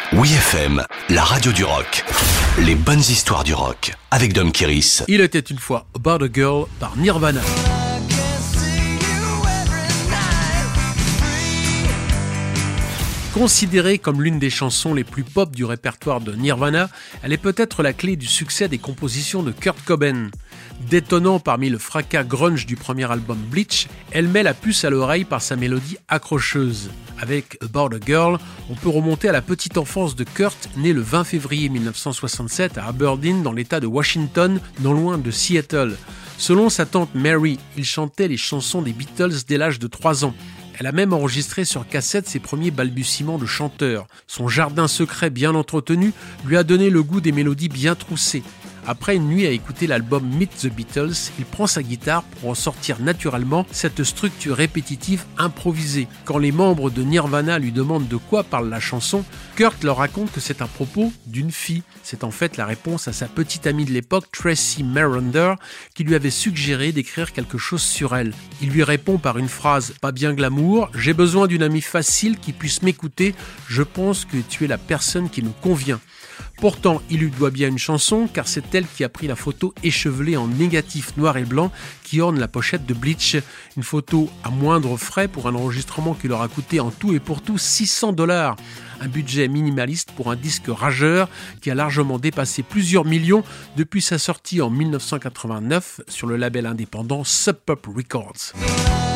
Oui FM, la radio du rock. Les bonnes histoires du rock avec Dom Kiris. Il était une fois About a Girl par Nirvana. Considérée comme l'une des chansons les plus pop du répertoire de Nirvana, elle est peut-être la clé du succès des compositions de Kurt Cobain. Détonnant parmi le fracas grunge du premier album Bleach, elle met la puce à l'oreille par sa mélodie accrocheuse. Avec About a Girl, on peut remonter à la petite enfance de Kurt, né le 20 février 1967 à Aberdeen dans l'état de Washington, non loin de Seattle. Selon sa tante Mary, il chantait les chansons des Beatles dès l'âge de 3 ans. Elle a même enregistré sur cassette ses premiers balbutiements de chanteur. Son jardin secret bien entretenu lui a donné le goût des mélodies bien troussées. Après une nuit à écouter l'album Meet the Beatles, il prend sa guitare pour en sortir naturellement cette structure répétitive improvisée. Quand les membres de Nirvana lui demandent de quoi parle la chanson, Kurt leur raconte que c'est à propos d'une fille. C'est en fait la réponse à sa petite amie de l'époque, Tracy Marander, qui lui avait suggéré d'écrire quelque chose sur elle. Il lui répond par une phrase pas bien glamour: « J'ai besoin d'une amie facile qui puisse m'écouter, je pense que tu es la personne qui me convient ». Pourtant, il lui doit bien une chanson, car c'est elle qui a pris la photo échevelée en négatif noir et blanc qui orne la pochette de Bleach. Une photo à moindre frais pour un enregistrement qui leur a coûté en tout et pour tout $600. Un budget minimaliste pour un disque rageur qui a largement dépassé plusieurs millions depuis sa sortie en 1989 sur le label indépendant Sub Pop Records.